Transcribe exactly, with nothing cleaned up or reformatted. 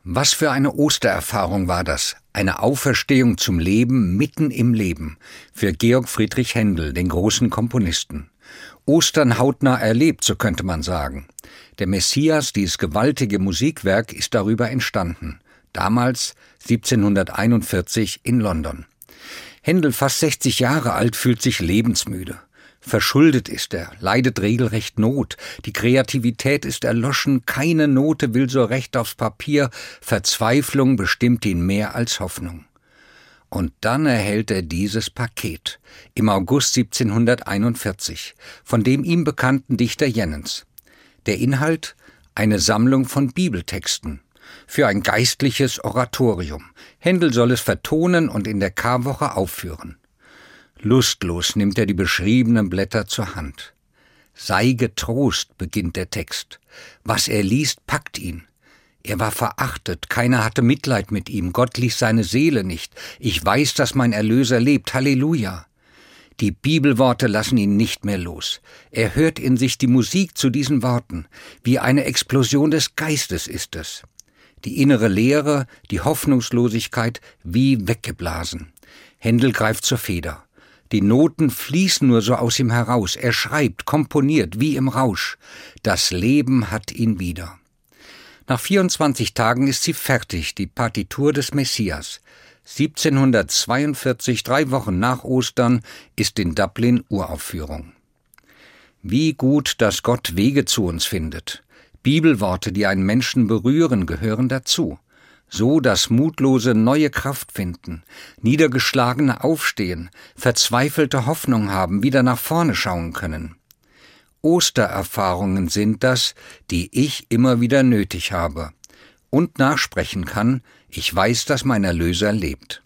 Was für eine Ostererfahrung war das, eine Auferstehung zum Leben mitten im Leben, für Georg Friedrich Händel, den großen Komponisten. Ostern hautnah erlebt, so könnte man sagen. Der Messias, dieses gewaltige Musikwerk, ist darüber entstanden, damals siebzehnhunderteinundvierzig in London. Händel, fast sechzig Jahre alt, fühlt sich lebensmüde. Verschuldet ist er, leidet regelrecht Not, die Kreativität ist erloschen, keine Note will so recht aufs Papier, Verzweiflung bestimmt ihn mehr als Hoffnung. Und dann erhält er dieses Paket, im August siebzehnhunderteinundvierzig, von dem ihm bekannten Dichter Jennens. Der Inhalt: eine Sammlung von Bibeltexten, für ein geistliches Oratorium. Händel soll es vertonen und in der Karwoche aufführen. Lustlos nimmt er die beschriebenen Blätter zur Hand. »Sei getrost«, beginnt der Text. Was er liest, packt ihn. Er war verachtet, keiner hatte Mitleid mit ihm, Gott ließ seine Seele nicht. Ich weiß, dass mein Erlöser lebt, Halleluja. Die Bibelworte lassen ihn nicht mehr los. Er hört in sich die Musik zu diesen Worten. Wie eine Explosion des Geistes ist es. Die innere Leere, die Hoffnungslosigkeit, wie weggeblasen. Händel greift zur Feder. Die Noten fließen nur so aus ihm heraus. Er schreibt, komponiert, wie im Rausch. Das Leben hat ihn wieder. Nach vierundzwanzig Tagen ist sie fertig, die Partitur des Messias. siebzehnhundertzweiundvierzig, drei Wochen nach Ostern, ist in Dublin Uraufführung. Wie gut, dass Gott Wege zu uns findet. Bibelworte, die einen Menschen berühren, gehören dazu. So, dass Mutlose neue Kraft finden, Niedergeschlagene aufstehen, Verzweifelte Hoffnung haben, wieder nach vorne schauen können. Ostererfahrungen sind das, die ich immer wieder nötig habe und nachsprechen kann: Ich weiß, dass mein Erlöser lebt.